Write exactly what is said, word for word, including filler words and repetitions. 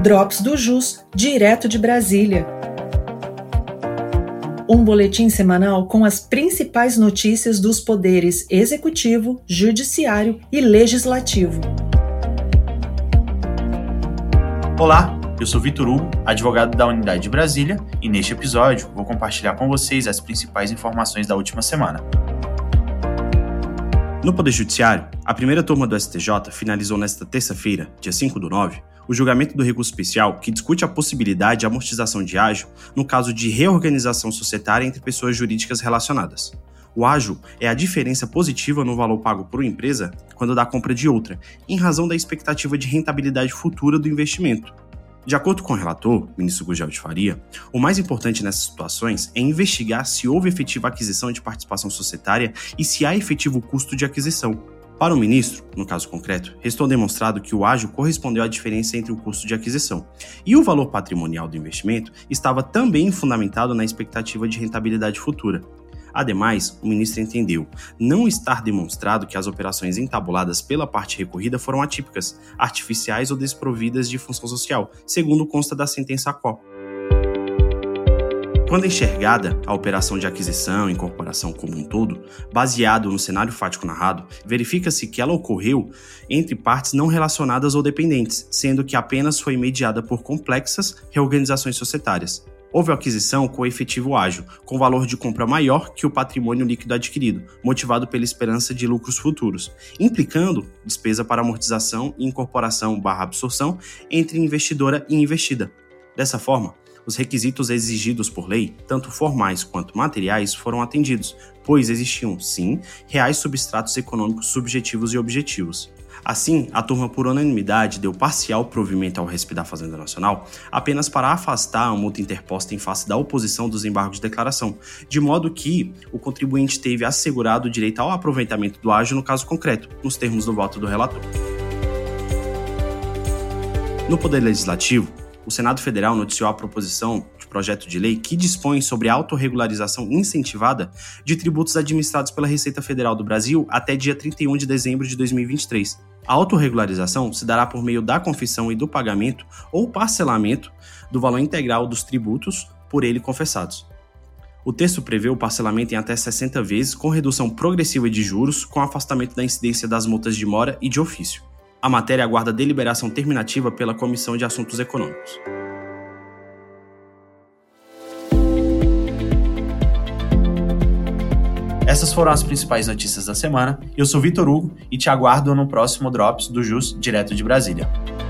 Drops do Jus, direto de Brasília. Um boletim semanal com as principais notícias dos poderes executivo, judiciário e legislativo. Olá, eu sou Vitor Hugo, advogado da Unidade de Brasília, e neste episódio vou compartilhar com vocês as principais informações da última semana. No Poder Judiciário, a primeira turma do S T J finalizou nesta terça-feira, dia cinco do nove, o julgamento do recurso especial que discute a possibilidade de amortização de ágio no caso de reorganização societária entre pessoas jurídicas relacionadas. O ágio é a diferença positiva no valor pago por uma empresa quando dá compra de outra, em razão da expectativa de rentabilidade futura do investimento. De acordo com o relator, ministro Gurgel de Faria, o mais importante nessas situações é investigar se houve efetiva aquisição de participação societária e se há efetivo custo de aquisição. Para o ministro, no caso concreto, restou demonstrado que o ágio correspondeu à diferença entre o custo de aquisição, e o valor patrimonial do investimento estava também fundamentado na expectativa de rentabilidade futura. Ademais, o ministro entendeu não estar demonstrado que as operações entabuladas pela parte recorrida foram atípicas, artificiais ou desprovidas de função social, segundo consta da sentença A C O. Quando enxergada a operação de aquisição e incorporação como um todo, baseado no cenário fático narrado, verifica-se que ela ocorreu entre partes não relacionadas ou dependentes, sendo que apenas foi mediada por complexas reorganizações societárias. Houve aquisição com efetivo ágio, com valor de compra maior que o patrimônio líquido adquirido, motivado pela esperança de lucros futuros, implicando despesa para amortização e incorporação barra absorção entre investidora e investida. Dessa forma, os requisitos exigidos por lei, tanto formais quanto materiais, foram atendidos, pois existiam, sim, reais substratos econômicos subjetivos e objetivos. Assim, a turma por unanimidade deu parcial provimento ao R E S P da Fazenda Nacional apenas para afastar a multa interposta em face da oposição dos embargos de declaração, de modo que o contribuinte teve assegurado o direito ao aproveitamento do ágio no caso concreto, nos termos do voto do relator. No Poder Legislativo, o Senado Federal noticiou a proposição de projeto de lei que dispõe sobre a autorregularização incentivada de tributos administrados pela Receita Federal do Brasil até dia trinta e um de dezembro de dois mil e vinte e três. A autorregularização se dará por meio da confissão e do pagamento ou parcelamento do valor integral dos tributos por ele confessados. O texto prevê o parcelamento em até sessenta vezes, com redução progressiva de juros, com afastamento da incidência das multas de mora e de ofício. A matéria aguarda deliberação terminativa pela Comissão de Assuntos Econômicos. Essas foram as principais notícias da semana. Eu sou Vitor Hugo e te aguardo no próximo Drops do Jus, direto de Brasília.